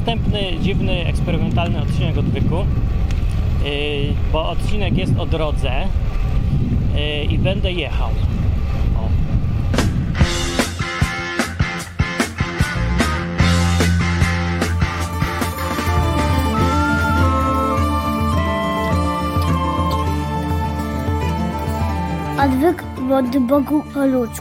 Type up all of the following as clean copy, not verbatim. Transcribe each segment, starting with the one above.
następny dziwny, eksperymentalny odcinek odwyku, bo odcinek jest o drodze i będę jechał. O. Odwyk od Bogu po ludzku.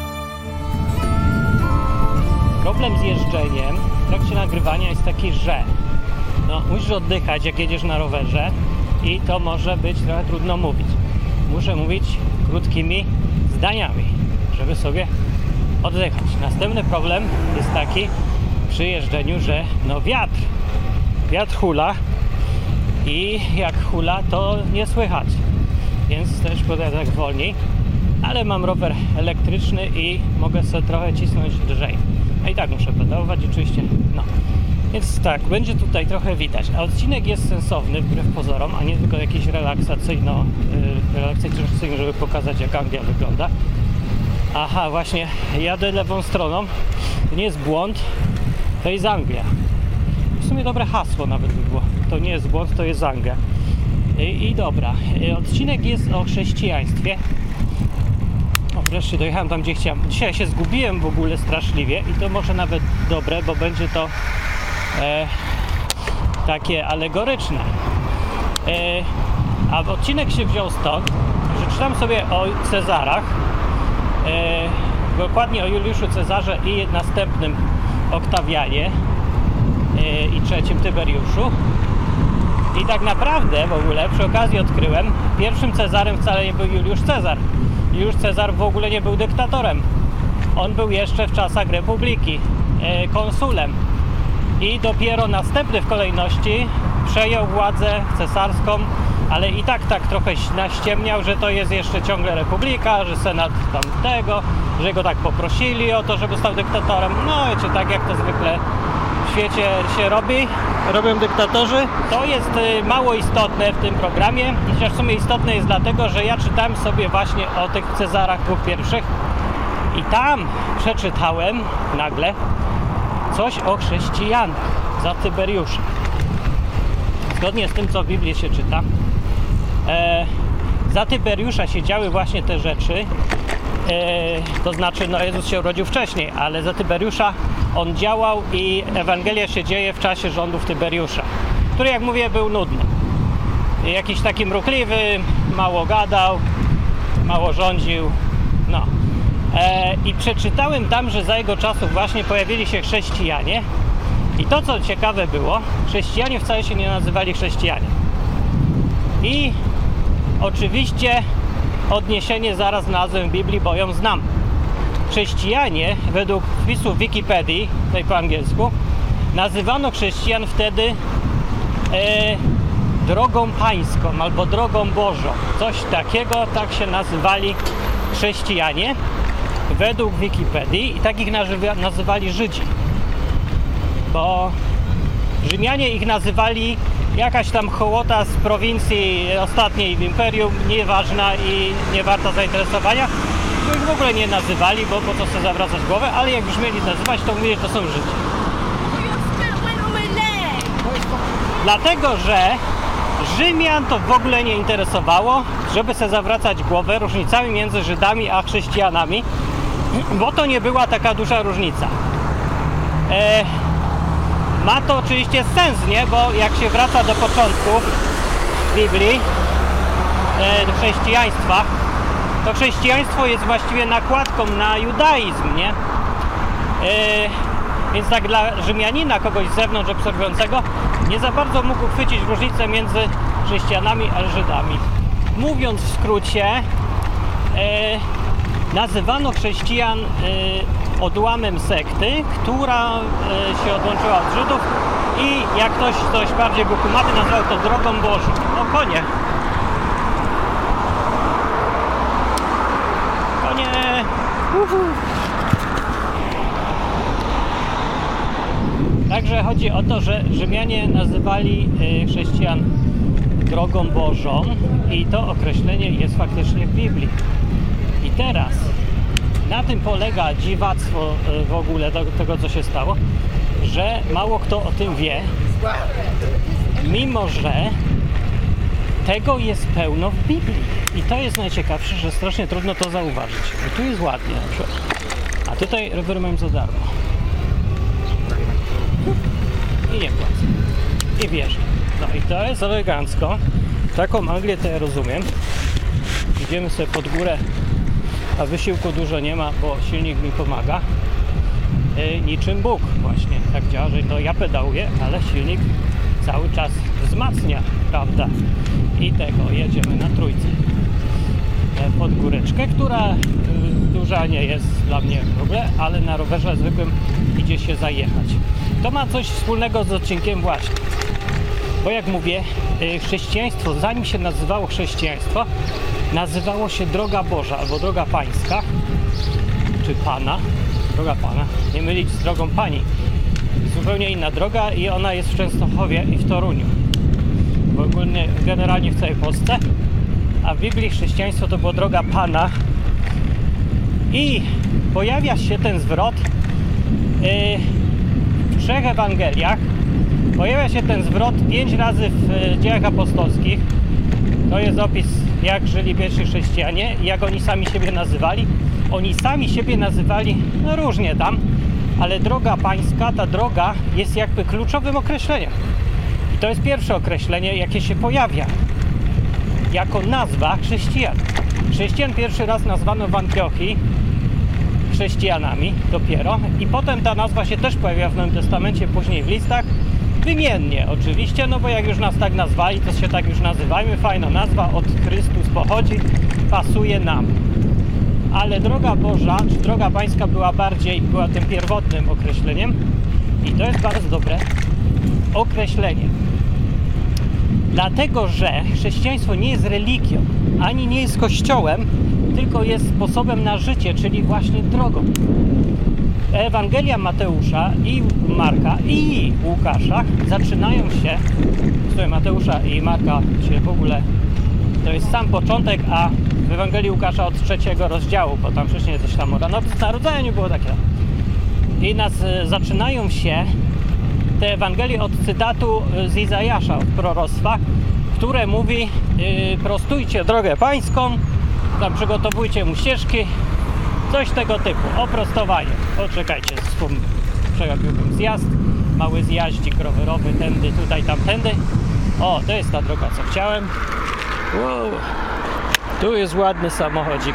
Problem z jeżdżeniem w trakcie nagrywania jest taki, że musisz oddychać, jak jedziesz na rowerze i to może być trochę trudno mówić. Muszę mówić krótkimi zdaniami, żeby sobie oddychać. Następny problem jest taki przy jeżdżeniu, że wiatr hula i jak hula, to nie słychać, więc też podaję tak wolniej, ale mam rower elektryczny i mogę sobie trochę cisnąć lżej. A i tak muszę pedałować oczywiście, Więc tak, będzie tutaj trochę widać. A odcinek jest sensowny wbrew pozorom, a nie tylko jakiś relaksacyjny, żeby pokazać, jak Anglia wygląda. Aha, właśnie, jadę lewą stroną. To nie jest błąd, to jest Anglia. W sumie dobre hasło nawet by było. To nie jest błąd, to jest Anglia. I dobra, odcinek jest o chrześcijaństwie. O, wreszcie dojechałem tam, gdzie chciałem. Dzisiaj się zgubiłem w ogóle straszliwie i to może nawet dobre, bo będzie to takie alegoryczne. A odcinek się wziął stąd, że czytam sobie o Cezarach, dokładnie o Juliuszu Cezarze i następnym Oktawianie i trzecim Tyberiuszu. I tak naprawdę w ogóle przy okazji odkryłem, pierwszym Cezarem wcale nie był Juliusz Cezar. Juliusz Cezar w ogóle nie był dyktatorem. On był jeszcze w czasach Republiki konsulem. I dopiero następny w kolejności przejął władzę cesarską, ale i tak trochę naściemniał, że to jest jeszcze ciągle republika, że senat tamtego, że go tak poprosili o to, żeby stał dyktatorem. Wiecie, tak jak to zwykle w świecie się robią dyktatorzy. To jest mało istotne w tym programie, chociaż w sumie istotne jest dlatego, że ja czytałem sobie właśnie o tych Cezarach dwóch pierwszych i tam przeczytałem nagle coś o chrześcijanach za Tyberiusza. Zgodnie z tym, co w Biblii się czyta, za Tyberiusza się działy właśnie te rzeczy, to znaczy Jezus się urodził wcześniej, ale za Tyberiusza on działał i Ewangelia się dzieje w czasie rządów Tyberiusza, który, jak mówię, był nudny. Jakiś taki mrukliwy, mało gadał, mało rządził, I przeczytałem tam, że za jego czasów właśnie pojawili się chrześcijanie i to, co ciekawe było, chrześcijanie wcale się nie nazywali chrześcijanie. I oczywiście odniesienie zaraz znalazłem w Biblii, bo ją znam. Chrześcijanie, według wpisu w Wikipedii, tutaj po angielsku, nazywano chrześcijan wtedy drogą pańską albo drogą Bożą. Coś takiego, tak się nazywali chrześcijanie według Wikipedii i tak ich nazywali Żydzi. Bo Rzymianie ich nazywali jakaś tam hołota z prowincji ostatniej w imperium, nieważna i nie warta zainteresowania. To już w ogóle nie nazywali, bo po co sobie zawracać głowę, ale jak już mieli nazywać, to mówili, że to są Żydzi. Dlatego, że Rzymian to w ogóle nie interesowało, żeby sobie zawracać głowę różnicami między Żydami a chrześcijanami, bo to nie była taka duża różnica. Ma to oczywiście sens, nie? Bo jak się wraca do początków Biblii, do chrześcijaństwa, to chrześcijaństwo jest właściwie nakładką na judaizm, nie? Więc tak dla Rzymianina, kogoś z zewnątrz obserwującego, nie za bardzo mógł chwycić różnicę między chrześcijanami a Żydami. Mówiąc w skrócie, nazywano chrześcijan odłamem sekty, która się odłączyła od Żydów i jak ktoś coś bardziej był kumaty, nazywał to drogą Bożą. O, konie! Konie! Także chodzi o to, że Rzymianie nazywali chrześcijan drogą Bożą i to określenie jest faktycznie w Biblii. I teraz na tym polega dziwactwo w ogóle tego, co się stało, że mało kto o tym wie, mimo że tego jest pełno w Biblii. I to jest najciekawsze, że strasznie trudno to zauważyć. Bo tu jest ładnie na przykład. A tutaj rowery mają za darmo. I nie płacę. I wiesz. No i to jest elegancko. Taką Anglię to ja rozumiem. Idziemy sobie pod górę, a wysiłku dużo nie ma, bo silnik mi pomaga. Niczym Bóg właśnie tak działa, że to ja pedałuję, ale silnik cały czas wzmacnia, prawda? I tego jedziemy na trójce pod góreczkę, która duża nie jest dla mnie w ogóle, ale na rowerze zwykłym idzie się zajechać. To ma coś wspólnego z odcinkiem właśnie, bo jak mówię, chrześcijaństwo, zanim się nazywało chrześcijaństwo, nazywało się Droga Boża albo Droga Pańska, czy Pana, Droga Pana, nie mylić z Drogą Pani. Zupełnie inna droga i ona jest w Częstochowie i w Toruniu. W ogólnie, generalnie w całej Polsce. A w Biblii chrześcijaństwo to była Droga Pana. I pojawia się ten zwrot w 3 Ewangeliach. Pojawia się ten zwrot 5 razy w Dziejach Apostolskich. To jest opis, jak żyli pierwsi chrześcijanie i jak oni sami siebie nazywali. Oni sami siebie nazywali, no różnie tam, ale droga pańska, ta droga jest jakby kluczowym określeniem. I to jest pierwsze określenie, jakie się pojawia jako nazwa chrześcijan. Chrześcijan pierwszy raz nazwano w Antiochii chrześcijanami dopiero i potem ta nazwa się też pojawia w Nowym Testamencie, później w listach, wymiennie oczywiście, no bo jak już nas tak nazwali, to się tak już nazywajmy, fajna nazwa, od Chrystus pochodzi, pasuje nam. Ale Droga Boża, czy Droga Pańska była tym pierwotnym określeniem i to jest bardzo dobre określenie. Dlatego, że chrześcijaństwo nie jest religią, ani nie jest kościołem, tylko jest sposobem na życie, czyli właśnie drogą. Ewangelia Mateusza i Marka i Łukasza zaczynają się, w Mateusza i Marka się w ogóle, to jest sam początek, a w Ewangelii Łukasza od 3 rozdziału, bo tam wcześniej coś tam o narodzeniu było takie. I zaczynają się te Ewangelie od cytatu z Izajasza, od proroctwa, które mówi: prostujcie drogę pańską, tam przygotowujcie mu ścieżki, coś tego typu, o prostowanie. Poczekajcie, przegapiłbym zjazd, mały zjaździk rowerowy, tędy, tutaj, tamtędy. O, to jest ta droga, co chciałem. Wow. Tu jest ładny samochodzik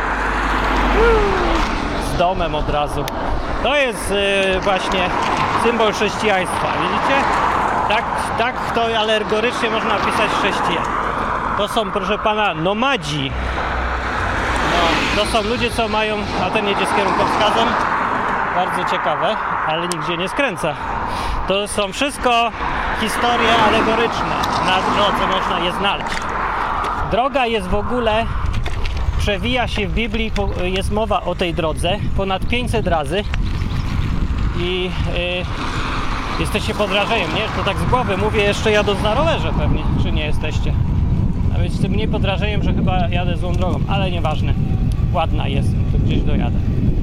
z domem od razu. To jest właśnie symbol chrześcijaństwa, widzicie? Tak to alegorycznie można opisać chrześcijan. To są, proszę pana, nomadzi. No, to są ludzie, co mają, a ten jedzie z kierunkowskazem. Bardzo ciekawe, ale nigdzie nie skręca. To są wszystko historie alegoryczne. Na drodze można je znaleźć. Droga jest w ogóle, przewija się w Biblii, jest mowa o tej drodze ponad 500 razy i jesteście pod wrażeniem, nie? To tak z głowy mówię, jeszcze jadąc na rowerze pewnie, czy nie jesteście? A więc jestem mniej pod wrażeniem, że chyba jadę złą drogą, ale nieważne, ładna jest, to gdzieś dojadę.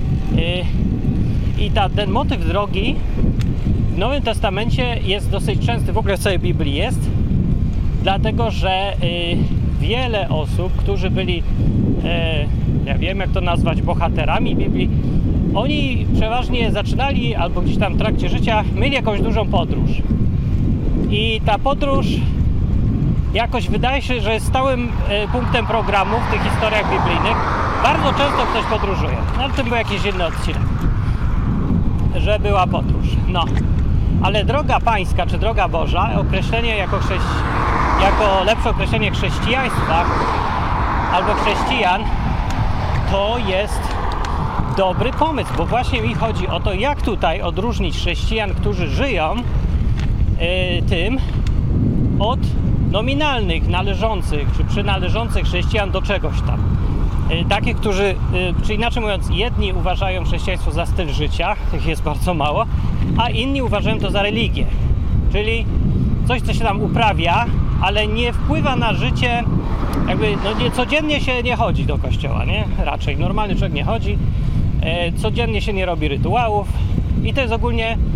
I ten motyw drogi w Nowym Testamencie jest dosyć częsty, w ogóle w całej Biblii jest, dlatego że wiele osób, którzy byli, ja wiem jak to nazwać, bohaterami Biblii, oni przeważnie zaczynali albo gdzieś tam w trakcie życia mieli jakąś dużą podróż. I ta podróż jakoś wydaje się, że jest stałym punktem programu w tych historiach biblijnych. Bardzo często ktoś podróżuje. No tym był jakiś inny odcinek, że była podróż. No, ale droga pańska czy droga Boża, określenie jako lepsze określenie chrześcijaństwa albo chrześcijan, to jest dobry pomysł, bo właśnie mi chodzi o to, jak tutaj odróżnić chrześcijan, którzy żyją tym od nominalnych, należących czy przynależących chrześcijan do czegoś tam. Takich, którzy, czy inaczej mówiąc, jedni uważają chrześcijaństwo za styl życia, tych jest bardzo mało, a inni uważają to za religię, czyli coś, co się tam uprawia, ale nie wpływa na życie, jakby codziennie się nie chodzi do kościoła, nie? Raczej normalny człowiek nie chodzi, codziennie się nie robi rytuałów i to jest ogólnie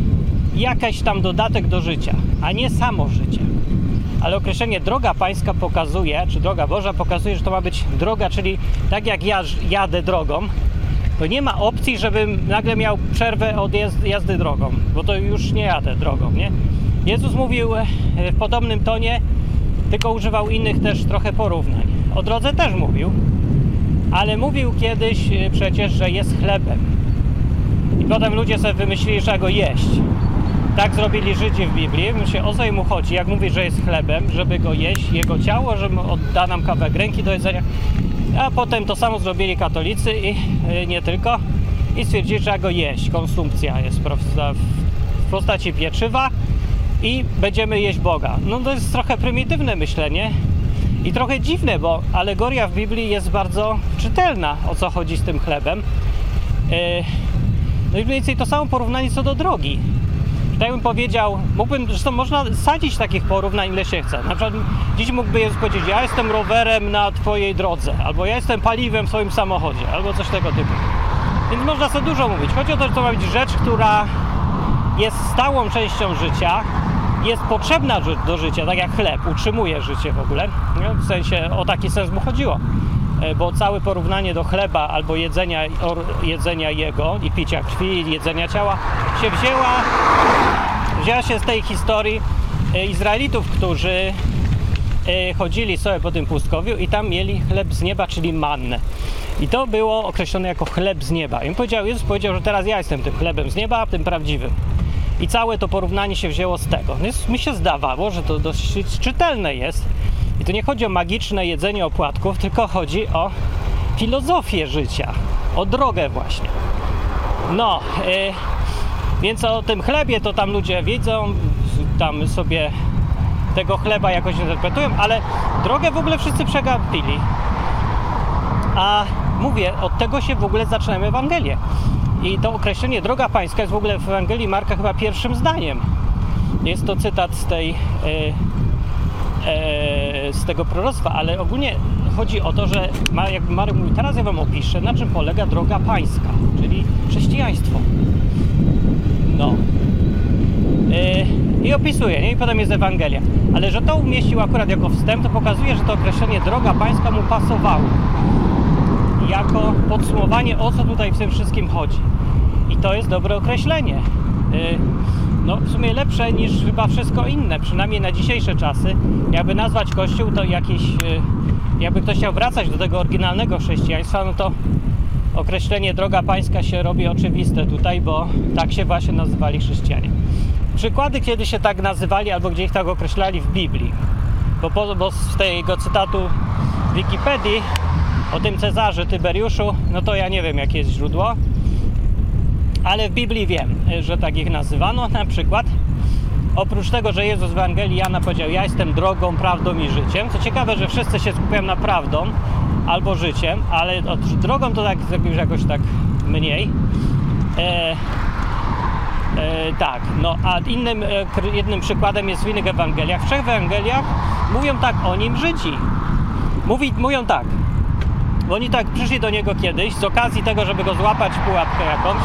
jakaś tam dodatek do życia, a nie samo życie. Ale określenie droga pańska pokazuje, czy droga Boża pokazuje, że to ma być droga, czyli tak jak ja jadę drogą, to nie ma opcji, żebym nagle miał przerwę od jazdy drogą, bo to już nie jadę drogą, nie? Jezus mówił w podobnym tonie, tylko używał innych też trochę porównań. O drodze też mówił, ale mówił kiedyś przecież, że jest chlebem. I potem ludzie sobie wymyślili, że trzeba go jeść. Tak zrobili Żydzi w Biblii. Myślę, o co im chodzi, jak mówi, że jest chlebem, żeby go jeść, jego ciało, że odda nam kawałek ręki do jedzenia. A potem to samo zrobili katolicy i nie tylko. I stwierdzili, że trzeba go jeść. Konsumpcja jest w postaci pieczywa i będziemy jeść Boga. No to jest trochę prymitywne myślenie i trochę dziwne, bo alegoria w Biblii jest bardzo czytelna, o co chodzi z tym chlebem. No i mniej więcej to samo porównanie co do drogi. Tak bym powiedział, zresztą można sadzić takich porównań ile się chce. Na przykład dziś mógłby Jezus powiedzieć, ja jestem rowerem na twojej drodze, albo ja jestem paliwem w swoim samochodzie, albo coś tego typu. Więc można sobie dużo mówić. Chodzi o to, że to ma być rzecz, która jest stałą częścią życia, jest potrzebna do życia, tak jak chleb, utrzymuje życie w ogóle. W sensie o taki sens mu chodziło. Bo całe porównanie do chleba albo jedzenia jego i picia krwi, jedzenia ciała się wzięła się z tej historii Izraelitów, którzy chodzili sobie po tym pustkowiu i tam mieli chleb z nieba, czyli mannę. I to było określone jako chleb z nieba. I Jezus powiedział, że teraz ja jestem tym chlebem z nieba, tym prawdziwym. I całe to porównanie się wzięło z tego. Więc mi się zdawało, że to dosyć czytelne jest. I tu nie chodzi o magiczne jedzenie opłatków, tylko chodzi o filozofię życia, o drogę właśnie. No, więc o tym chlebie to tam ludzie wiedzą, tam sobie tego chleba jakoś interpretują, ale drogę w ogóle wszyscy przegapili. A mówię, od tego się w ogóle zaczynamy Ewangelię. I to określenie droga pańska jest w ogóle w Ewangelii Marka chyba pierwszym zdaniem. Jest to cytat z tego proroctwa, ale ogólnie chodzi o to, że jakby Marek mówi, teraz ja wam opiszę, na czym polega droga pańska, czyli chrześcijaństwo. No. I opisuje, nie? I potem jest Ewangelia. Ale że to umieścił akurat jako wstęp, to pokazuje, że to określenie droga pańska mu pasowało. Jako podsumowanie, o co tutaj w tym wszystkim chodzi. I to jest dobre określenie. No w sumie lepsze niż chyba wszystko inne, przynajmniej na dzisiejsze czasy. Jakby nazwać Kościół to jakiś, jakby ktoś chciał wracać do tego oryginalnego chrześcijaństwa, no to określenie droga pańska się robi oczywiste tutaj, bo tak się właśnie nazywali chrześcijanie. Przykłady, kiedy się tak nazywali albo gdzie ich tak określali w Biblii, bo z tego cytatu w Wikipedii o tym Cezarze Tyberiuszu, no to ja nie wiem jakie jest źródło, ale w Biblii wiem, że tak ich nazywano. Na przykład oprócz tego, że Jezus w Ewangelii Jana powiedział, ja jestem drogą, prawdą i życiem. Co ciekawe, że wszyscy się skupiają na prawdą albo życiem, ale drogą to tak jakoś tak mniej. Tak, no a jednym przykładem jest w innych Ewangeliach. W 3 Ewangeliach mówią tak o nim Żydzi. Mówią tak, bo oni tak przyszli do niego kiedyś z okazji tego, żeby go złapać w pułapkę jakąś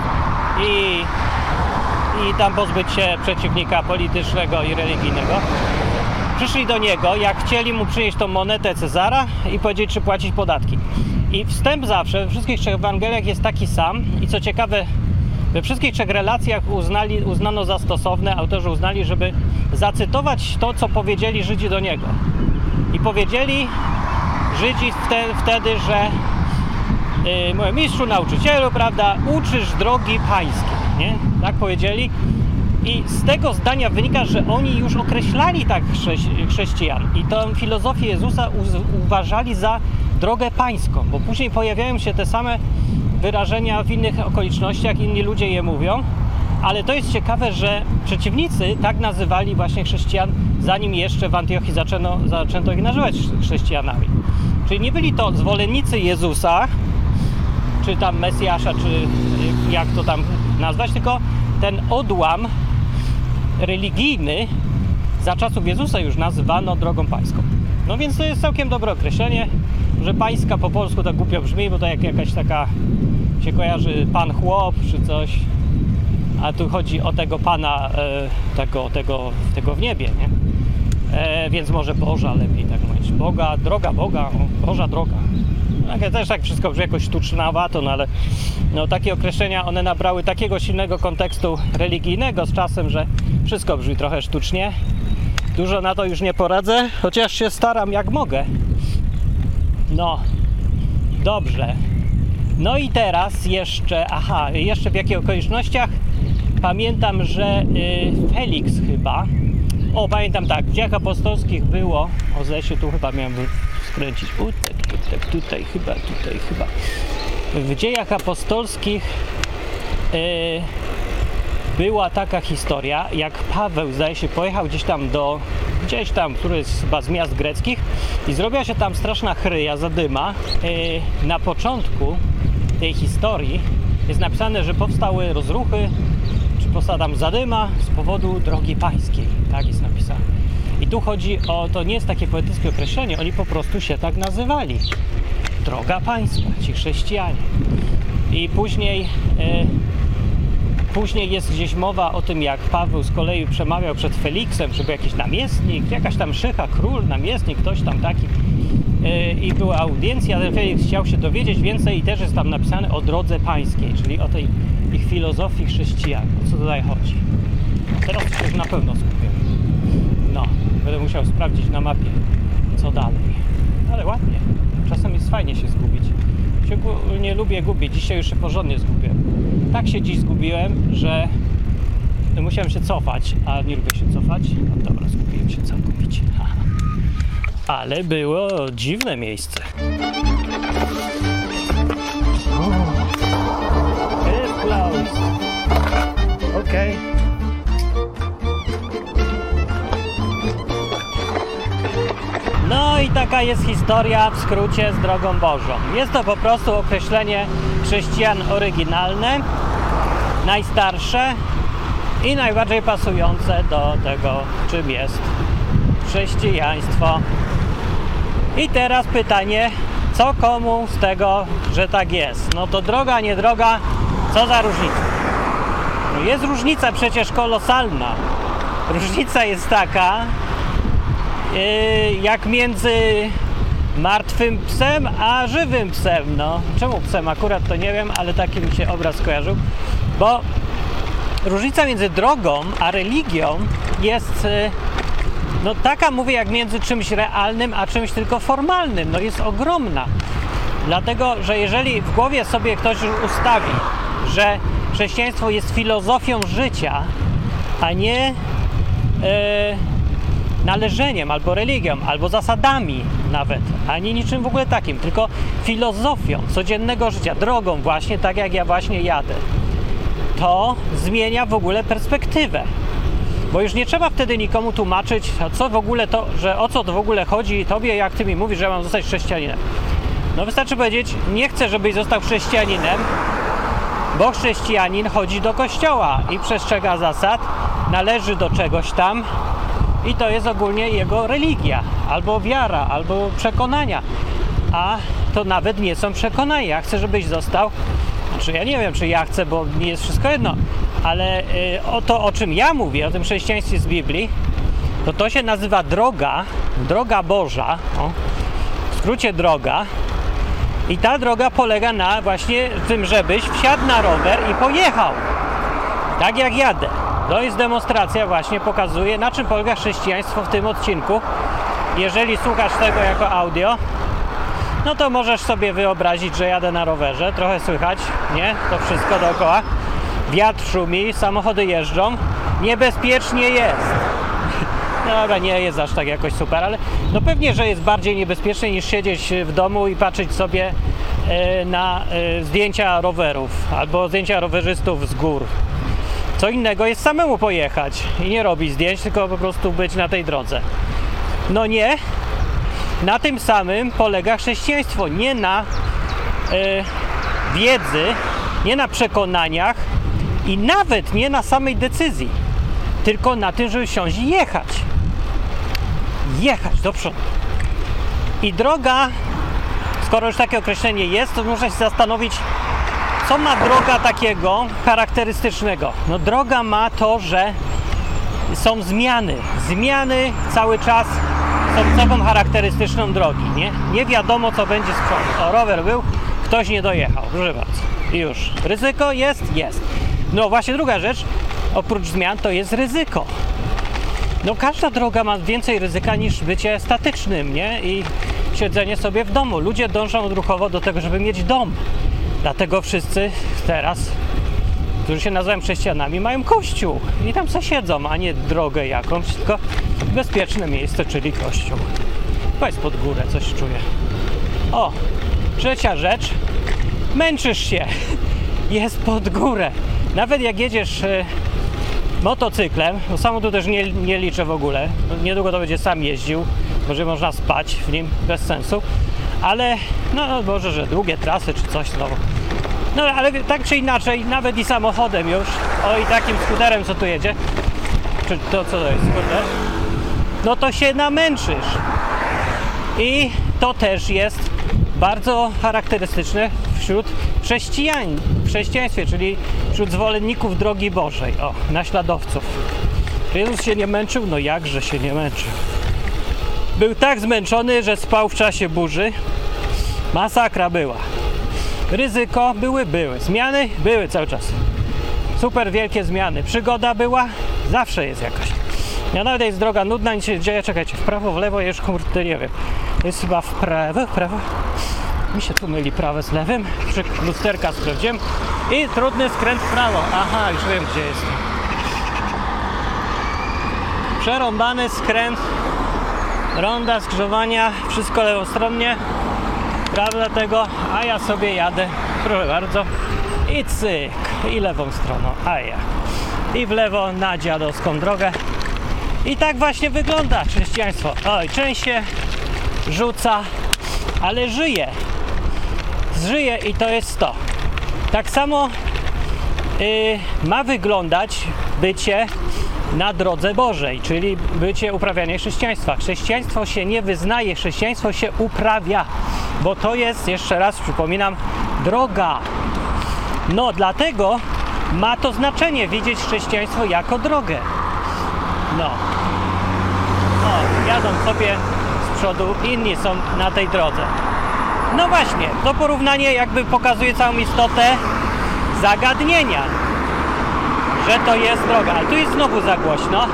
i tam pozbyć się przeciwnika politycznego i religijnego. Przyszli do niego, jak chcieli mu przynieść tą monetę Cezara i powiedzieć, czy płacić podatki. I wstęp zawsze we wszystkich 3 Ewangeliach jest taki sam i co ciekawe, we wszystkich 3 relacjach uznano za stosowne, autorzy uznali, żeby zacytować to, co powiedzieli Żydzi do niego. I powiedzieli Żydzi wtedy, że mówię, mistrzu nauczycielu, prawda, uczysz drogi pańskie, nie? Tak powiedzieli. I z tego zdania wynika, że oni już określali tak chrześcijan i tę filozofię Jezusa uważali za drogę pańską, bo później pojawiają się te same wyrażenia w innych okolicznościach, inni ludzie je mówią, ale to jest ciekawe, że przeciwnicy tak nazywali właśnie chrześcijan, zanim jeszcze w Antiochii zaczęto ich nazywać chrześcijanami. Czyli nie byli to zwolennicy Jezusa, czy tam Mesjasza, czy jak to tam nazwać, tylko ten odłam religijny za czasów Jezusa już nazywano drogą pańską. No więc to jest całkiem dobre określenie, że pańska po polsku tak głupio brzmi, bo to jak jakaś taka się kojarzy pan chłop czy coś, a tu chodzi o tego Pana, tego w niebie, nie? Więc może Boża lepiej tak mówić. Boga, droga Boga, Boża droga. Też tak wszystko brzmi jakoś sztucznawato, no ale no, takie określenia, one nabrały takiego silnego kontekstu religijnego z czasem, że wszystko brzmi trochę sztucznie. Dużo na to już nie poradzę, chociaż się staram jak mogę. No, dobrze. No i teraz jeszcze, jeszcze w jakich okolicznościach pamiętam, że Felix chyba, pamiętam tak, w Dziejach Apostolskich było, Zesiu, tu chyba miałem skręcić, tutaj chyba. W Dziejach Apostolskich była taka historia, jak Paweł, zdaje się, pojechał gdzieś tam, który jest chyba z miast greckich i zrobiła się tam straszna chryja, zadyma. Na początku tej historii jest napisane, że powstały rozruchy, czy powstała tam zadyma z powodu drogi pańskiej. Tak jest napisane. I tu chodzi o, to nie jest takie poetyckie określenie, oni po prostu się tak nazywali. Droga pańska, ci chrześcijanie. I później jest gdzieś mowa o tym, jak Paweł z kolei przemawiał przed Feliksem, żeby jakiś namiestnik, jakaś tam szycha, król, namiestnik, ktoś tam taki. I była audiencja, ten Feliks chciał się dowiedzieć więcej i też jest tam napisane o drodze pańskiej, czyli o tej ich filozofii chrześcijan. O co tutaj chodzi? Teraz się już na pewno skupię. No, będę musiał sprawdzić na mapie, co dalej. Ale ładnie. Czasem jest fajnie się zgubić. Nie lubię gubić. Dzisiaj już się porządnie zgubiłem. Tak się dziś zgubiłem, że musiałem się cofać, a nie lubię się cofać. No dobra, zgubiłem się całkowicie. Ale było dziwne miejsce. It's close. Okej. No i taka jest historia w skrócie z drogą Bożą. Jest to po prostu określenie chrześcijan oryginalne, najstarsze i najbardziej pasujące do tego, czym jest chrześcijaństwo. I teraz pytanie, co komu z tego, że tak jest? No to droga, nie droga, co za różnica? No jest różnica przecież kolosalna. Różnica jest taka, jak między martwym psem a żywym psem. No, czemu psem akurat to nie wiem, ale taki mi się obraz skojarzył. Bo różnica między drogą a religią jest no taka, mówię, jak między czymś realnym a czymś tylko formalnym. No jest ogromna. Dlatego, że jeżeli w głowie sobie ktoś ustawi, że chrześcijaństwo jest filozofią życia, a nie należeniem, albo religią, albo zasadami nawet, ani niczym w ogóle takim, tylko filozofią codziennego życia, drogą właśnie, tak jak ja właśnie jadę, to zmienia w ogóle perspektywę. Bo już nie trzeba wtedy nikomu tłumaczyć, co w ogóle to, że o co to w ogóle chodzi tobie, jak ty mi mówisz, że mam zostać chrześcijaninem. No wystarczy powiedzieć, nie chcę, żebyś został chrześcijaninem, bo chrześcijanin chodzi do kościoła i przestrzega zasad, należy do czegoś tam i to jest ogólnie jego religia, albo wiara, albo przekonania. A to nawet nie są przekonania. Ja chcę, żebyś został, znaczy ja nie wiem, czy ja chcę, bo mi jest wszystko jedno, ale o to, o czym ja mówię, o tym chrześcijaństwie z Biblii, to się nazywa droga Boża, w skrócie droga. I ta droga polega na właśnie tym, żebyś wsiadł na rower i pojechał. Tak jak jadę. To jest demonstracja, właśnie pokazuje, na czym polega chrześcijaństwo w tym odcinku. Jeżeli słuchasz tego jako audio, no to możesz sobie wyobrazić, że jadę na rowerze. Trochę słychać, nie? To wszystko dookoła. Wiatr szumi, samochody jeżdżą. Niebezpiecznie jest. No dobra, nie jest aż tak jakoś super, ale no pewnie, że jest bardziej niebezpiecznie niż siedzieć w domu i patrzeć sobie na zdjęcia rowerów albo zdjęcia rowerzystów z gór. Co innego jest samemu pojechać i nie robić zdjęć, tylko po prostu być na tej drodze. No nie, na tym samym polega chrześcijaństwo, nie na wiedzy, nie na przekonaniach i nawet nie na samej decyzji, tylko na tym, żeby wsiąść i jechać. Jechać do przodu. I droga, skoro już takie określenie jest, to muszę się zastanowić, co ma droga takiego charakterystycznego? No droga ma to, że są zmiany. Zmiany cały czas są cechą charakterystyczną drogi, nie? Nie wiadomo, co będzie z przodu. O, rower był, ktoś nie dojechał, proszę bardzo. I już. Ryzyko jest? Jest. No właśnie druga rzecz, oprócz zmian, to jest ryzyko. No każda droga ma więcej ryzyka niż bycie statycznym, nie? I siedzenie sobie w domu. Ludzie dążą odruchowo do tego, żeby mieć dom. Dlatego wszyscy teraz, którzy się nazywają chrześcijanami, mają kościół i tam se siedzą, a nie drogę jakąś, tylko bezpieczne miejsce, czyli kościół. Weź pod górę, coś czuję. O, trzecia rzecz, męczysz się, jest pod górę. Nawet jak jedziesz motocyklem, bo samochodu też nie liczę w ogóle, niedługo to będzie sam jeździł, może można spać w nim bez sensu, ale no może, że długie trasy czy coś znowu. No ale tak czy inaczej, nawet i samochodem już, o i takim skuterem, co tu jedzie, czy to co to jest, skuter, no to się namęczysz. I to też jest bardzo charakterystyczne wśród chrześcijan, w chrześcijaństwie, czyli wśród zwolenników drogi Bożej, o, naśladowców. Jezus się nie męczył? No jakże się nie męczył. Był tak zmęczony, że spał w czasie burzy. Masakra była. Ryzyko były. Zmiany były cały czas. Super wielkie zmiany. Przygoda była, zawsze jest jakaś. Ja nawet jest droga nudna, nic się dzieje. Czekajcie, w prawo, w lewo, już kurde nie wiem. Jest chyba w prawo. Mi się tu myli prawe z lewym. Lusterka sprawdziłem. I trudny skręt w prawo. Aha, już wiem gdzie jest. Przerąbany skręt. Ronda, skrzyżowania, wszystko lewostronnie. Prawda tego, a ja sobie jadę, proszę bardzo, i cyk, i lewą stroną, a ja. I w lewo na dziadowską drogę. I tak właśnie wygląda chrześcijaństwo. Oj, część się rzuca, ale żyje. Żyje i to jest to. Tak samo ma wyglądać bycie na drodze Bożej, czyli bycie uprawianie chrześcijaństwa. Chrześcijaństwo się nie wyznaje, chrześcijaństwo się uprawia, bo to jest, jeszcze raz przypominam, droga. No dlatego ma to znaczenie widzieć chrześcijaństwo jako drogę. No. O, jadą sobie z przodu, inni są na tej drodze. No właśnie, to porównanie jakby pokazuje całą istotę zagadnienia, że to jest droga. Ale tu jest znowu za głośno.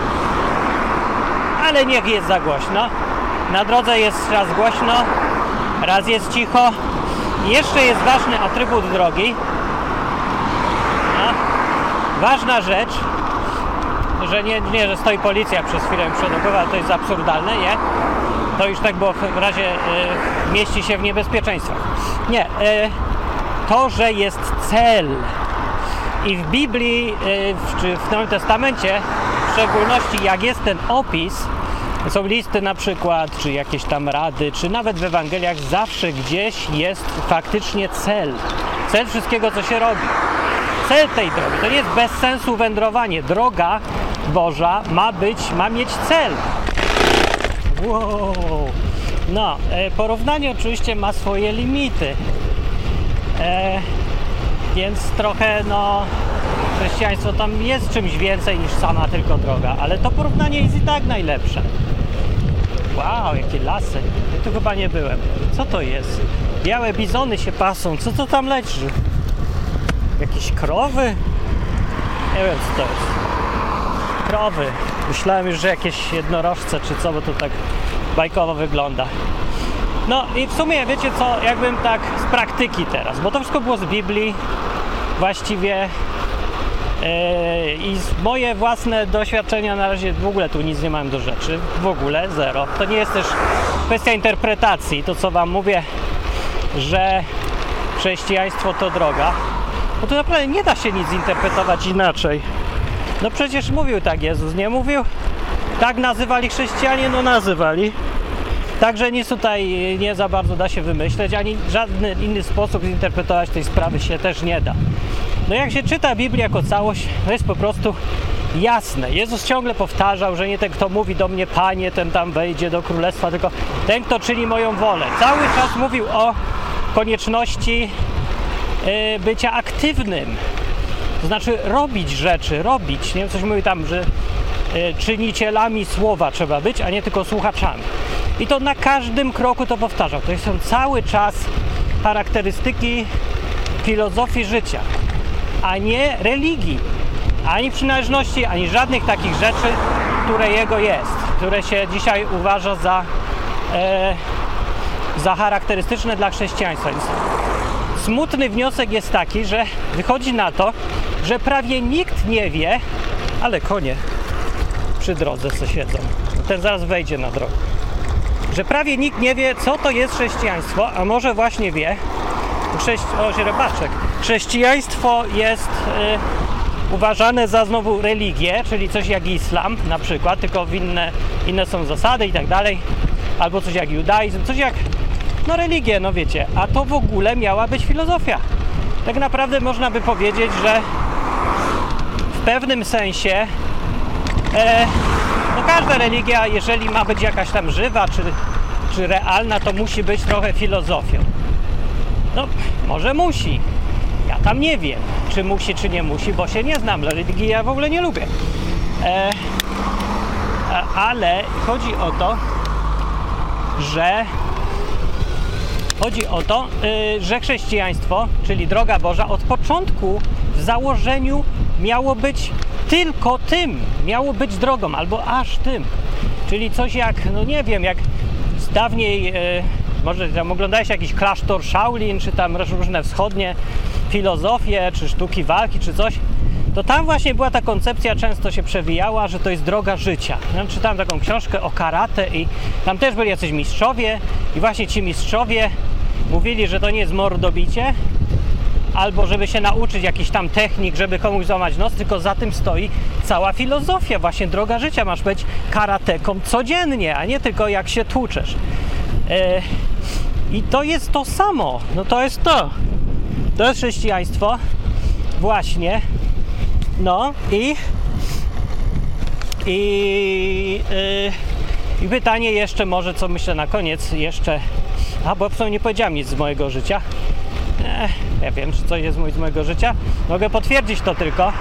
Ale niech jest za głośno. Na drodze jest raz głośno, raz jest cicho. I jeszcze jest ważny atrybut drogi. No. Ważna rzecz, że nie, że stoi policja przez chwilę przodowa, ale to jest absurdalne, nie? To już tak było w razie mieści się w niebezpieczeństwach. Nie, to, że jest cel. I w Biblii, czy w Nowym Testamencie, w szczególności jak jest ten opis, są listy na przykład, czy jakieś tam rady, czy nawet w Ewangeliach, zawsze gdzieś jest faktycznie cel. Cel wszystkiego, co się robi. Cel tej drogi. To nie jest bez sensu wędrowanie. Droga Boża ma mieć cel. Wow. No, porównanie oczywiście ma swoje limity. Więc trochę, no, chrześcijaństwo tam jest czymś więcej niż sama tylko droga, ale to porównanie jest i tak najlepsze. Wow, jakie lasy. Ja tu chyba nie byłem. Co to jest? Białe bizony się pasą. Co to tam leci? Jakieś krowy? Nie wiem, co to jest. Krowy. Myślałem już, że jakieś jednorożce czy co, bo to tak bajkowo wygląda. No i w sumie wiecie co, jakbym tak z praktyki teraz, bo to wszystko było z Biblii właściwie i z moje własne doświadczenia na razie w ogóle tu nic nie mam do rzeczy, w ogóle zero. To nie jest też kwestia interpretacji, to co wam mówię, że chrześcijaństwo to droga, bo to naprawdę nie da się nic zinterpretować inaczej. No przecież mówił tak Jezus, nie mówił? Tak nazywali chrześcijanie, no nazywali. Także nic tutaj nie za bardzo da się wymyśleć, ani żaden inny sposób zinterpretować tej sprawy się też nie da. No jak się czyta Biblię jako całość, to jest po prostu jasne. Jezus ciągle powtarzał, że nie ten, kto mówi do mnie Panie, ten tam wejdzie do królestwa, tylko ten, kto czyni moją wolę. Cały czas mówił o konieczności bycia aktywnym. To znaczy robić rzeczy, robić. Nie wiem, coś mówi tam, że czynicielami słowa trzeba być, a nie tylko słuchaczami. I to na każdym kroku to powtarzam. To są cały czas charakterystyki filozofii życia, a nie religii, ani przynależności, ani żadnych takich rzeczy, które jego jest, które się dzisiaj uważa za charakterystyczne dla chrześcijaństwa. Więc smutny wniosek jest taki, że wychodzi na to, że prawie nikt nie wie, ale konie przy drodze co siedzą. Ten zaraz wejdzie na drogę. Że prawie nikt nie wie, co to jest chrześcijaństwo, a może właśnie wie. O, źrebaczek. Chrześcijaństwo jest uważane za znowu religię, czyli coś jak islam na przykład, tylko inne są zasady i tak dalej. Albo coś jak judaizm, coś jak religię, no wiecie. A to w ogóle miała być filozofia. Tak naprawdę można by powiedzieć, że w pewnym sensie każda religia, jeżeli ma być jakaś tam żywa czy realna, to musi być trochę filozofią. No, może musi. Ja tam nie wiem, czy musi, czy nie musi, bo się nie znam. Religii ja w ogóle nie lubię. Ale chodzi o to, że chrześcijaństwo, czyli droga Boża, od początku w założeniu miało być tylko tym, miało być drogą, albo aż tym. Czyli coś jak, no nie wiem, jak z dawniej, może tam oglądałeś jakiś klasztor Shaolin, czy tam różne wschodnie filozofie, czy sztuki walki, czy coś, to tam właśnie była ta koncepcja, często się przewijała, że to jest droga życia. Ja czytałem taką książkę o karate i tam też byli jacyś mistrzowie i właśnie ci mistrzowie mówili, że to nie jest mordobicie, albo żeby się nauczyć jakichś tam technik, żeby komuś złamać nos, tylko za tym stoi cała filozofia, właśnie droga życia. Masz być karateką codziennie, a nie tylko jak się tłuczesz. I to jest to samo. No to jest to. To jest chrześcijaństwo. Właśnie. No i pytanie jeszcze może, co myślę na koniec jeszcze, bo w sumie nie powiedziałem nic z mojego życia. Ja wiem, czy coś jest z mojego życia. Mogę potwierdzić to tylko.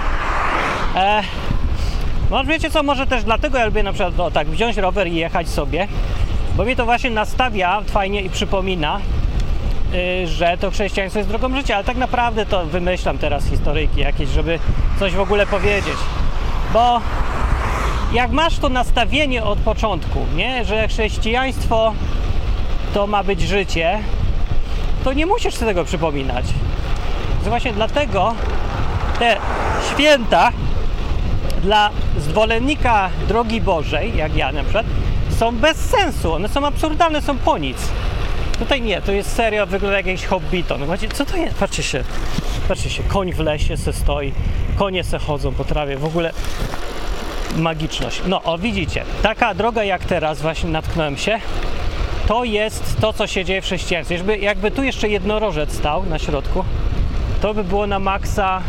Może wiecie co, może też dlatego ja lubię na przykład tak wziąć rower i jechać sobie, bo mnie to właśnie nastawia fajnie i przypomina, że to chrześcijaństwo jest drogą życia, ale tak naprawdę to wymyślam teraz historyjki jakieś, żeby coś w ogóle powiedzieć. Bo jak masz to nastawienie od początku, nie, że chrześcijaństwo to ma być życie, to nie musisz sobie tego przypominać. Właśnie dlatego te święta dla zwolennika drogi Bożej, jak ja na przykład, są bez sensu, one są absurdalne, są po nic. Tutaj nie, to jest serio, wygląda jak jakiś hobbiton. Co to jest? Patrzcie się, koń w lesie se stoi, konie se chodzą po trawie, w ogóle magiczność. No, widzicie, taka droga jak teraz właśnie natknąłem się, to jest to, co się dzieje w chrześcijaństwie. Jakby tu jeszcze jednorożec stał na środku, to by było na maksa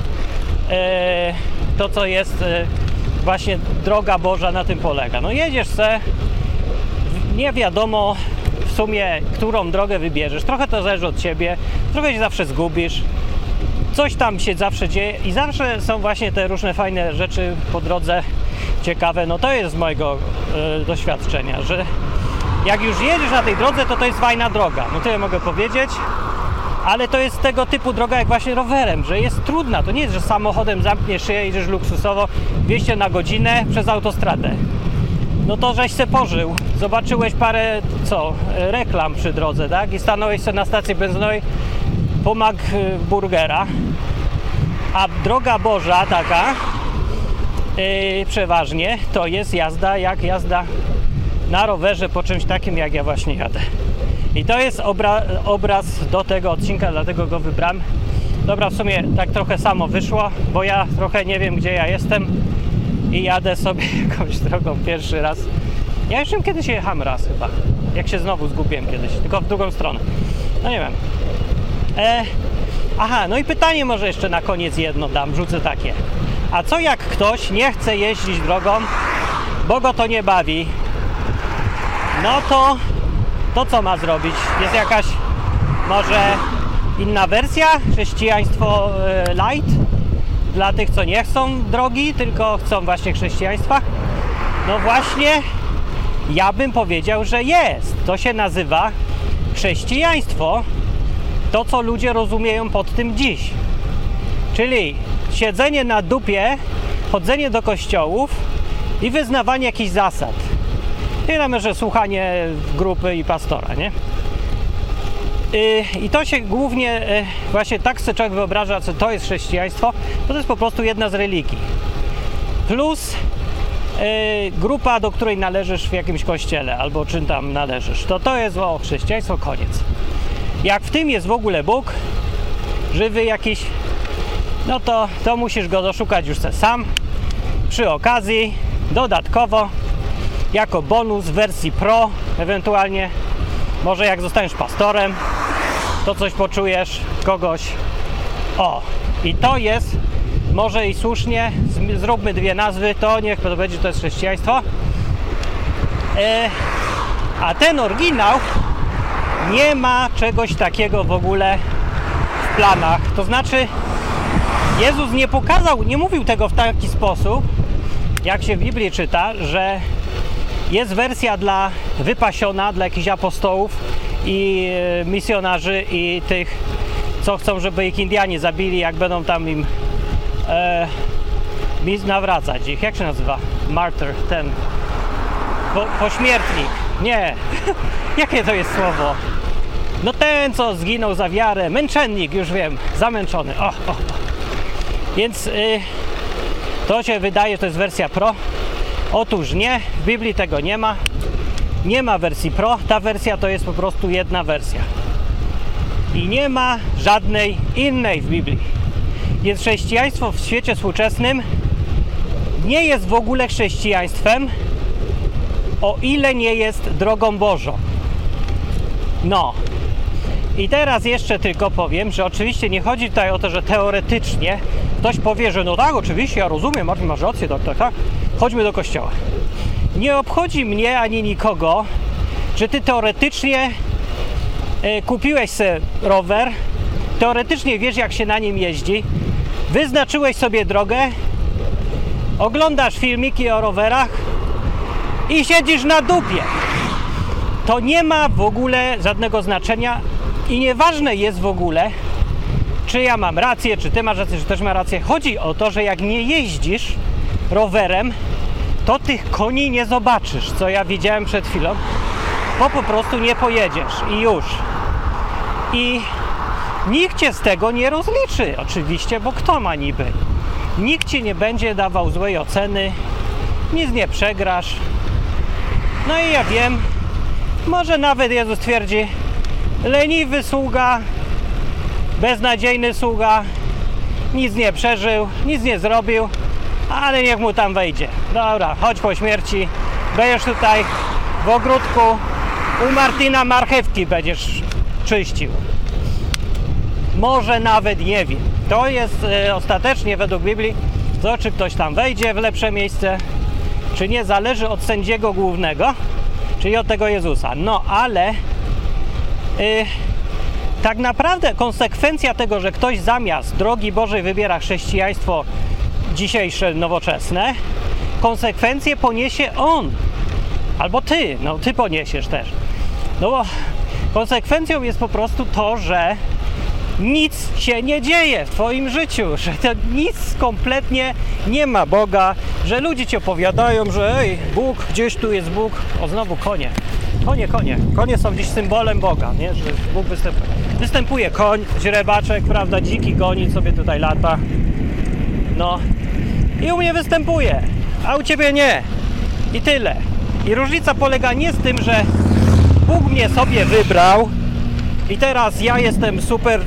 to, co jest właśnie droga Boża, na tym polega. No jedziesz se, nie wiadomo w sumie, którą drogę wybierzesz. Trochę to zależy od ciebie, trochę się zawsze zgubisz, coś tam się zawsze dzieje i zawsze są właśnie te różne fajne rzeczy po drodze ciekawe. No to jest z mojego doświadczenia, że jak już jedziesz na tej drodze, to jest fajna droga. No tyle mogę powiedzieć, ale to jest tego typu droga jak właśnie rowerem, że jest trudna. To nie jest, że samochodem zamkniesz szyję i jedziesz luksusowo 200 na godzinę przez autostradę. No to żeś se pożył, zobaczyłeś parę reklam przy drodze, tak? I stanąłeś sobie na stacji benzynowej po McBurgera. A droga Boża taka przeważnie to jest jazda jak jazda na rowerze po czymś takim, jak ja właśnie jadę. I to jest obraz do tego odcinka, dlatego go wybrałem. Dobra, w sumie tak trochę samo wyszło, bo ja trochę nie wiem, gdzie ja jestem i jadę sobie jakąś drogą pierwszy raz. Ja już kiedyś jechałem raz chyba, jak się znowu zgubiłem kiedyś, tylko w drugą stronę. No nie wiem. No i pytanie może jeszcze na koniec jedno rzucę takie. A co jak ktoś nie chce jeździć drogą, bo go to nie bawi? No to co ma zrobić? Jest jakaś może inna wersja, chrześcijaństwo light, dla tych, co nie chcą drogi, tylko chcą właśnie chrześcijaństwa. No właśnie, ja bym powiedział, że jest. To się nazywa chrześcijaństwo, to co ludzie rozumieją pod tym dziś. Czyli siedzenie na dupie, chodzenie do kościołów i wyznawanie jakichś zasad. I tam, że słuchanie grupy i pastora, nie? I to się głównie właśnie tak sobie człowiek wyobraża, co to jest chrześcijaństwo, to jest po prostu jedna z religii. Plus grupa, do której należysz w jakimś kościele, albo czym tam należysz. To jest chrześcijaństwo, koniec. Jak w tym jest w ogóle Bóg, żywy jakiś, no to musisz go doszukać już sam. Przy okazji, dodatkowo, jako bonus w wersji pro, ewentualnie, może jak zostaniesz pastorem, to coś poczujesz, kogoś. I to jest, może i słusznie, zróbmy dwie nazwy, to niech to będzie, to jest chrześcijaństwo. A ten oryginał nie ma czegoś takiego w ogóle w planach. To znaczy, Jezus nie pokazał, nie mówił tego w taki sposób, jak się w Biblii czyta, że jest wersja dla wypasiona, dla jakichś apostołów i misjonarzy i tych, co chcą, żeby ich Indianie zabili, jak będą tam im nawracać ich. Jak się nazywa? Martyr, ten pośmiertnik. Nie. Jakie to jest słowo? No ten, co zginął za wiarę. Męczennik, już wiem. Zamęczony. Więc to się wydaje, że to jest wersja pro. Otóż nie. W Biblii tego nie ma. Nie ma wersji pro. Ta wersja to jest po prostu jedna wersja. I nie ma żadnej innej w Biblii. Więc chrześcijaństwo w świecie współczesnym nie jest w ogóle chrześcijaństwem, o ile nie jest drogą Bożą. No. I teraz jeszcze tylko powiem, że oczywiście nie chodzi tutaj o to, że teoretycznie ktoś powie, że no tak, oczywiście, ja rozumiem, Martin, masz rację, tak, chodźmy do kościoła. Nie obchodzi mnie ani nikogo, czy ty teoretycznie kupiłeś sobie rower, teoretycznie wiesz, jak się na nim jeździ, wyznaczyłeś sobie drogę, oglądasz filmiki o rowerach i siedzisz na dupie. To nie ma w ogóle żadnego znaczenia i nieważne jest w ogóle, czy ja mam rację, czy ty masz rację, czy ktoś ma rację. Chodzi o to, że jak nie jeździsz rowerem, to tych koni nie zobaczysz, co ja widziałem przed chwilą, bo po prostu nie pojedziesz i już. I nikt cię z tego nie rozliczy, oczywiście, bo kto ma niby? Nikt ci nie będzie dawał złej oceny, nic nie przegrasz. No i ja wiem, może nawet Jezus twierdzi, leniwy sługa, beznadziejny sługa, nic nie przeżył, nic nie zrobił, ale niech mu tam wejdzie. Dobra, chodź po śmierci, będziesz tutaj w ogródku u Martina marchewki będziesz czyścił. Może nawet nie wiem. To jest ostatecznie według Biblii, to czy ktoś tam wejdzie w lepsze miejsce, czy nie, zależy od sędziego głównego, czyli od tego Jezusa. No ale tak naprawdę konsekwencja tego, że ktoś zamiast drogi Bożej wybiera chrześcijaństwo dzisiejsze, nowoczesne, konsekwencje poniesie on. Albo ty, no ty poniesiesz też. No bo konsekwencją jest po prostu to, że nic się nie dzieje w twoim życiu, że to nic kompletnie nie ma Boga, że ludzie ci opowiadają, że ej, Bóg, gdzieś tu jest Bóg. O, znowu konie. Konie są gdzieś symbolem Boga, nie? Że Bóg występuje. Występuje koń, źrebaczek, prawda, dziki goni, sobie tutaj lata. No. I u mnie występuje, a u ciebie nie. I tyle. I różnica polega nie z tym, że Bóg mnie sobie wybrał i teraz ja jestem super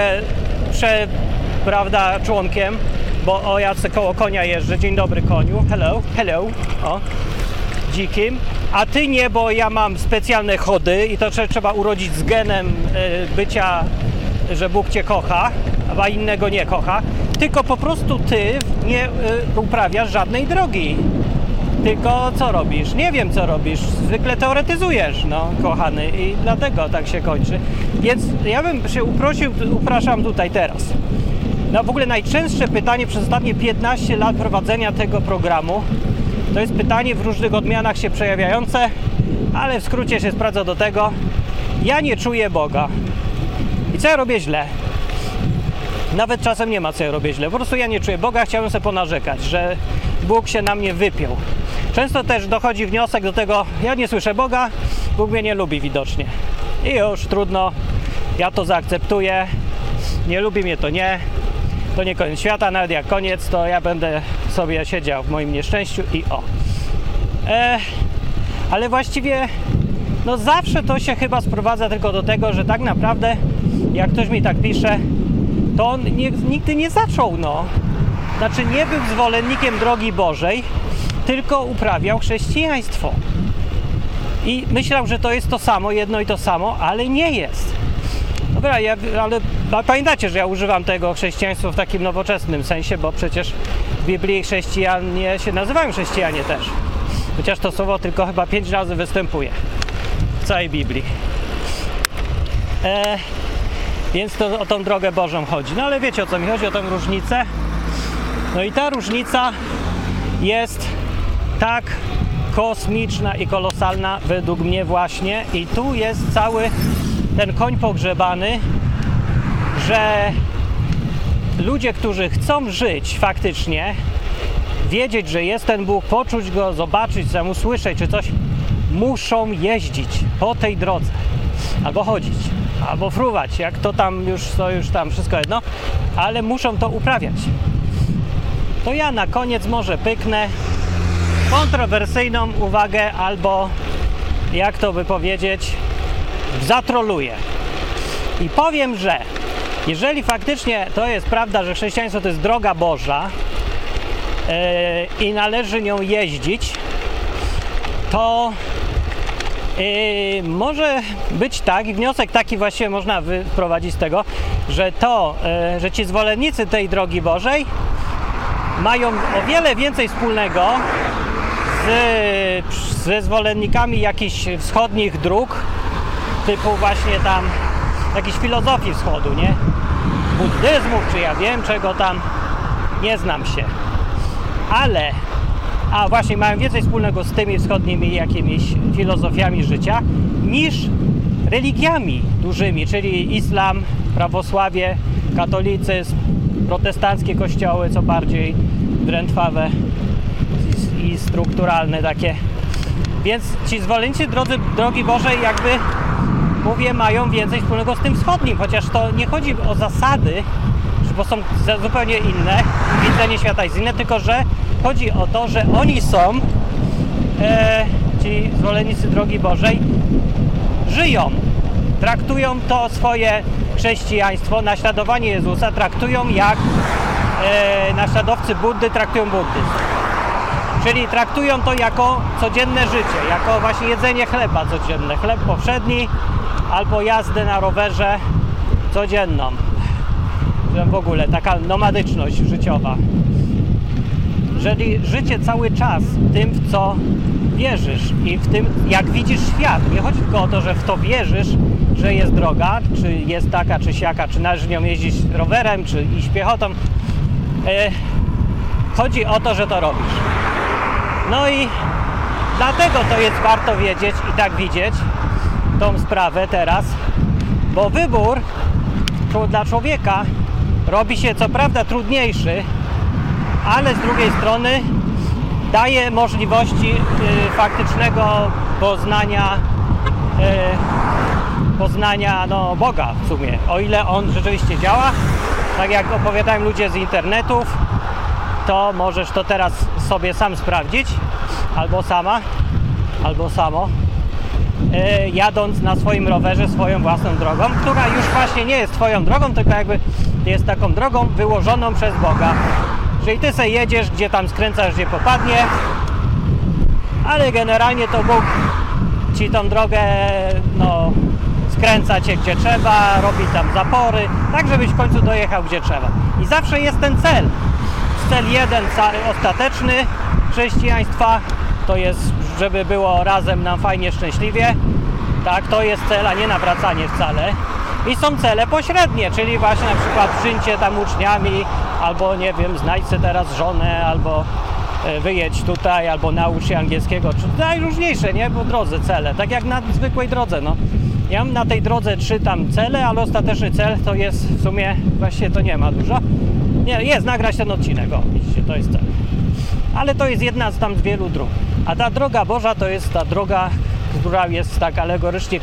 prawda, członkiem, bo ja koło konia jeżdżę. Dzień dobry, koniu. Hello. O, dzikim. A ty nie, bo ja mam specjalne chody i to trzeba urodzić z genem bycia, że Bóg cię kocha, a innego nie kocha. Tylko po prostu ty nie uprawiasz żadnej drogi. Tylko co robisz? Nie wiem, co robisz. Zwykle teoretyzujesz, no, kochany, i dlatego tak się kończy. Więc ja bym się upraszam tutaj teraz. No w ogóle najczęstsze pytanie przez ostatnie 15 lat prowadzenia tego programu to jest pytanie w różnych odmianach się przejawiające, ale w skrócie się sprawdza do tego: ja nie czuję Boga. I co ja robię źle? Nawet czasem nie ma co ja robię źle. Po prostu ja nie czuję Boga, chciałbym sobie ponarzekać, że Bóg się na mnie wypiął. Często też dochodzi wniosek do tego: ja nie słyszę Boga, Bóg mnie nie lubi widocznie. I już trudno, ja to zaakceptuję, nie lubi mnie to nie koniec świata, nawet jak koniec, to ja będę sobie siedział w moim nieszczęściu i o. Ale właściwie no zawsze to się chyba sprowadza tylko do tego, że tak naprawdę jak ktoś mi tak pisze, to on nigdy nie zaczął, no. Znaczy nie był zwolennikiem drogi Bożej, tylko uprawiał chrześcijaństwo. I myślał, że to jest to samo, jedno i to samo, ale nie jest. Dobra, ale pamiętacie, że ja używam tego chrześcijaństwa w takim nowoczesnym sensie, bo przecież w Biblii chrześcijanie się nazywają chrześcijanie też. Chociaż to słowo tylko chyba 5 razy występuje w całej Biblii. Więc to o tą drogę Bożą chodzi. No ale wiecie, o co mi chodzi, o tę różnicę. No i ta różnica jest tak kosmiczna i kolosalna według mnie właśnie. I tu jest cały ten koń pogrzebany, że ludzie, którzy chcą żyć faktycznie, wiedzieć, że jest ten Bóg, poczuć Go, zobaczyć, sam usłyszeć czy coś, muszą jeździć po tej drodze. Albo chodzić, albo fruwać, jak to tam już tam wszystko jedno, ale muszą to uprawiać. To ja na koniec może pyknę kontrowersyjną uwagę, albo jak to by powiedzieć, zatroluję. I powiem, że jeżeli faktycznie to jest prawda, że chrześcijaństwo to jest droga Boża i należy nią jeździć, to może być tak, i wniosek taki właściwie można wyprowadzić z tego, że że ci zwolennicy tej drogi Bożej mają o wiele więcej wspólnego ze zwolennikami jakichś wschodnich dróg, typu właśnie tam jakiejś filozofii wschodu, nie? Buddyzmu, czy ja wiem czego tam, nie znam się. Ale, właśnie mają więcej wspólnego z tymi wschodnimi jakimiś filozofiami życia niż religiami dużymi, czyli islam, prawosławie, katolicyzm, protestanckie kościoły, co bardziej drętwawe i strukturalne takie. Więc ci zwolennicy drogi Bożej jakby, mówię, mają więcej wspólnego z tym wschodnim, chociaż to nie chodzi o zasady, bo są zupełnie inne, widzenie świata jest inne, tylko że chodzi o to, że oni są, ci zwolennicy drogi Bożej, żyją, traktują to swoje chrześcijaństwo, naśladowanie Jezusa traktują jak naśladowcy Buddy traktują buddyzm. Czyli traktują to jako codzienne życie, jako właśnie jedzenie chleba codzienne, chleb powszedni albo jazdę na rowerze codzienną. W ogóle taka nomadyczność życiowa. Jeżeli życie cały czas tym, w co wierzysz i w tym, jak widzisz świat. Nie chodzi tylko o to, że w to wierzysz, że jest droga, czy jest taka, czy siaka, czy należy nią jeździć rowerem, czy iść piechotą. Chodzi o to, że to robisz. No i dlatego to jest warto wiedzieć i tak widzieć tą sprawę teraz, bo wybór dla człowieka robi się co prawda trudniejszy, ale z drugiej strony daje możliwości faktycznego poznania Boga w sumie, o ile On rzeczywiście działa. Tak jak opowiadają ludzie z internetów, to możesz to teraz sobie sam sprawdzić, albo sama, albo samo, jadąc na swoim rowerze swoją własną drogą, która już właśnie nie jest twoją drogą, tylko jakby jest taką drogą wyłożoną przez Boga. Czyli ty sobie jedziesz, gdzie tam skręcasz, gdzie popadnie, ale generalnie to Bóg ci tą drogę skręca cię gdzie trzeba, robi tam zapory, tak żebyś w końcu dojechał gdzie trzeba. I zawsze jest ten cel. Cel jeden ostateczny chrześcijaństwa to jest, żeby było razem nam fajnie, szczęśliwie. Tak, to jest cel, a nie nawracanie wcale. I są cele pośrednie, czyli właśnie na przykład przyjęcie tam uczniami, albo nie wiem, znajdź sobie teraz żonę, albo wyjedź tutaj, albo naucz się angielskiego, czy najróżniejsze, nie? Po drodze cele, tak jak na zwykłej drodze, no. Ja mam na tej drodze 3 tam cele, ale ostateczny cel to jest w sumie, właściwie to nie ma dużo. Nie, jest nagrać ten odcinek, o, widzicie, to jest cel. Ale to jest jedna z tam z wielu dróg. A ta droga Boża to jest ta droga, która jest tak alegorycznie,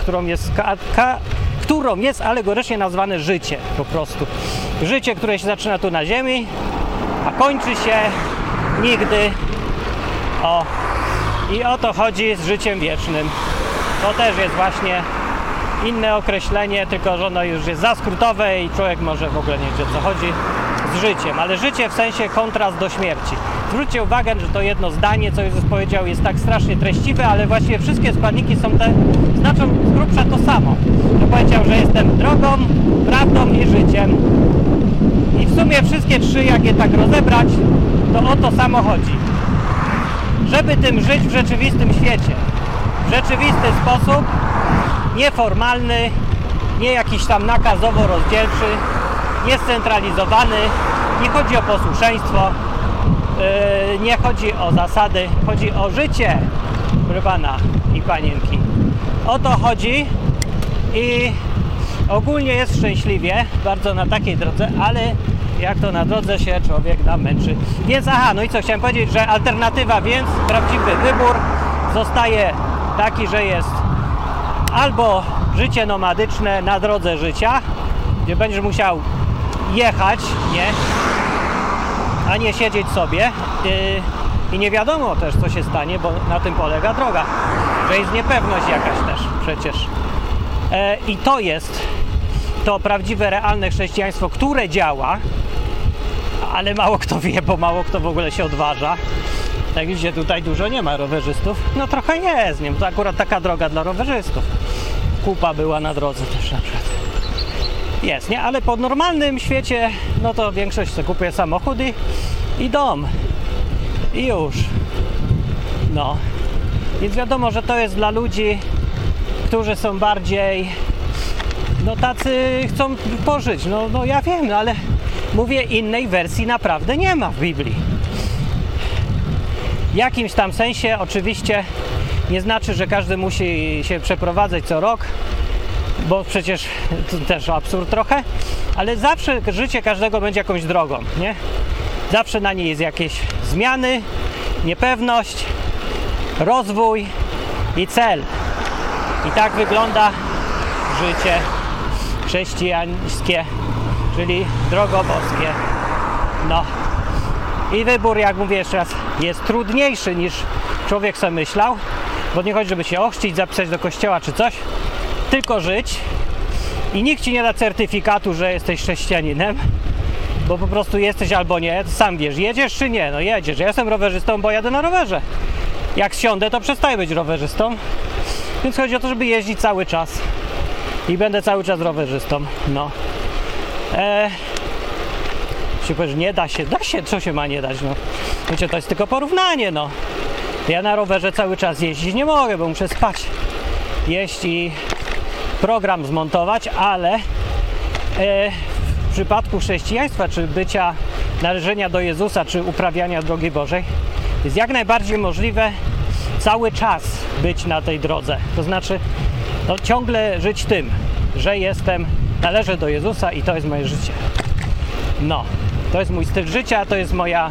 którą jest alegorycznie nazwane życie po prostu. Życie, które się zaczyna tu na ziemi, a kończy się nigdy. O, i o to chodzi z życiem wiecznym. To też jest właśnie inne określenie, tylko że ono już jest za skrótowe i człowiek może w ogóle nie wie, o co chodzi z życiem, ale życie w sensie kontrast do śmierci. Zwróćcie uwagę, że to jedno zdanie, co Jezus powiedział, jest tak strasznie treściwe, ale właściwie wszystkie składniki są znaczą z grubsza to samo. To powiedział, że jestem drogą, prawdą i życiem. I w sumie wszystkie 3, jak je tak rozebrać, to o to samo chodzi. Żeby tym żyć w rzeczywistym świecie, w rzeczywisty sposób, nieformalny, nie jakiś tam nakazowo-rozdzielczy, niescentralizowany, nie chodzi o posłuszeństwo, nie chodzi o zasady, chodzi o życie, proszę pana i panienki. O to chodzi i ogólnie jest szczęśliwie, bardzo na takiej drodze, ale jak to na drodze się człowiek namęczy. Więc no i co chciałem powiedzieć, że alternatywa, więc prawdziwy wybór zostaje taki, że jest albo życie nomadyczne na drodze życia, gdzie będziesz musiał jechać, nie? A nie siedzieć sobie i nie wiadomo też, co się stanie, bo na tym polega droga, że jest niepewność jakaś też przecież. I to jest to prawdziwe, realne chrześcijaństwo, które działa, ale mało kto wie, bo mało kto w ogóle się odważa. Tak widzicie, tutaj dużo nie ma rowerzystów. No trochę jest, nie wiem, to akurat taka droga dla rowerzystów. Kupa była na drodze też na przykład. Jest, nie? Ale po normalnym świecie, no to większość sobie kupuje samochód i dom. I już. No. Więc wiadomo, że to jest dla ludzi, którzy są bardziej, no tacy chcą pożyć. No ja wiem, ale mówię, innej wersji naprawdę nie ma w Biblii. W jakimś tam sensie oczywiście nie znaczy, że każdy musi się przeprowadzać co rok, bo przecież to też absurd trochę, ale zawsze życie każdego będzie jakąś drogą, nie? Zawsze na niej jest jakieś zmiany, niepewność, rozwój i cel. I tak wygląda życie chrześcijańskie, czyli drogoboskie. No. I wybór, jak mówię jeszcze raz, jest trudniejszy niż człowiek sobie myślał, bo nie chodzi, żeby się ochrzcić, zapisać do kościoła czy coś, tylko żyć i nikt ci nie da certyfikatu, że jesteś chrześcijaninem, bo po prostu jesteś albo nie, sam wiesz, jedziesz czy nie, no jedziesz. Ja jestem rowerzystą, bo jadę na rowerze. Jak siądę, to przestaję być rowerzystą, więc chodzi o to, żeby jeździć cały czas i będę cały czas rowerzystą, no. Się powie, że nie da się, co się ma nie dać, no. Wiecie, to jest tylko porównanie, no. Ja na rowerze cały czas jeździć nie mogę, bo muszę spać, jeść i program zmontować, ale w przypadku chrześcijaństwa, czy bycia, należenia do Jezusa, czy uprawiania drogi Bożej, jest jak najbardziej możliwe cały czas być na tej drodze. To znaczy, no, ciągle żyć tym, że należę do Jezusa i to jest moje życie. No, to jest mój styl życia, to jest moja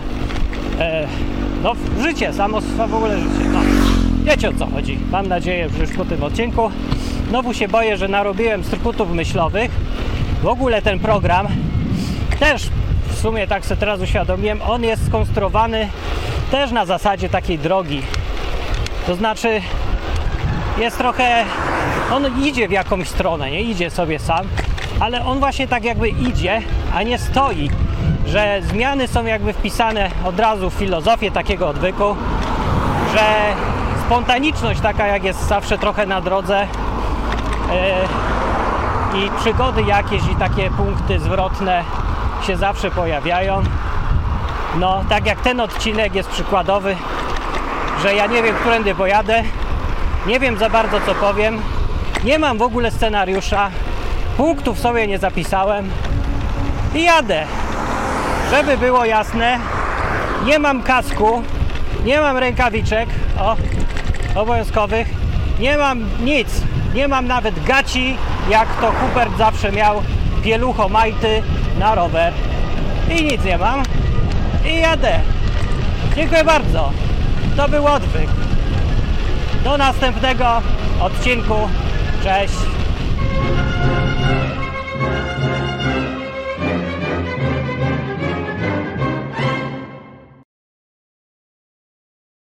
życie, samo w ogóle życie. No, wiecie, o co chodzi. Mam nadzieję, że już po tym odcinku. Znowu się boję, że narobiłem struputów myślowych. W ogóle ten program też w sumie, tak sobie teraz uświadomiłem, on jest skonstruowany też na zasadzie takiej drogi. To znaczy jest trochę, on idzie w jakąś stronę, nie idzie sobie sam, ale on właśnie tak jakby idzie, a nie stoi, że zmiany są jakby wpisane od razu w filozofię takiego odwyku, że spontaniczność taka, jak jest zawsze trochę na drodze, i przygody jakieś i takie punkty zwrotne się zawsze pojawiają. No, tak jak ten odcinek jest przykładowy, Także ja nie wiem, którędy pojadę. Nie wiem za bardzo, co powiem. Nie mam w ogóle scenariusza. Punktów sobie nie zapisałem. I jadę. Żeby było jasne, nie mam kasku, nie mam rękawiczek obowiązkowych, nie mam nic. Nie mam nawet gaci, jak to Hubert zawsze miał, pielucho majty na rower. I nic nie mam. I jadę. Dziękuję bardzo. To był odwyk. Do następnego odcinku. Cześć.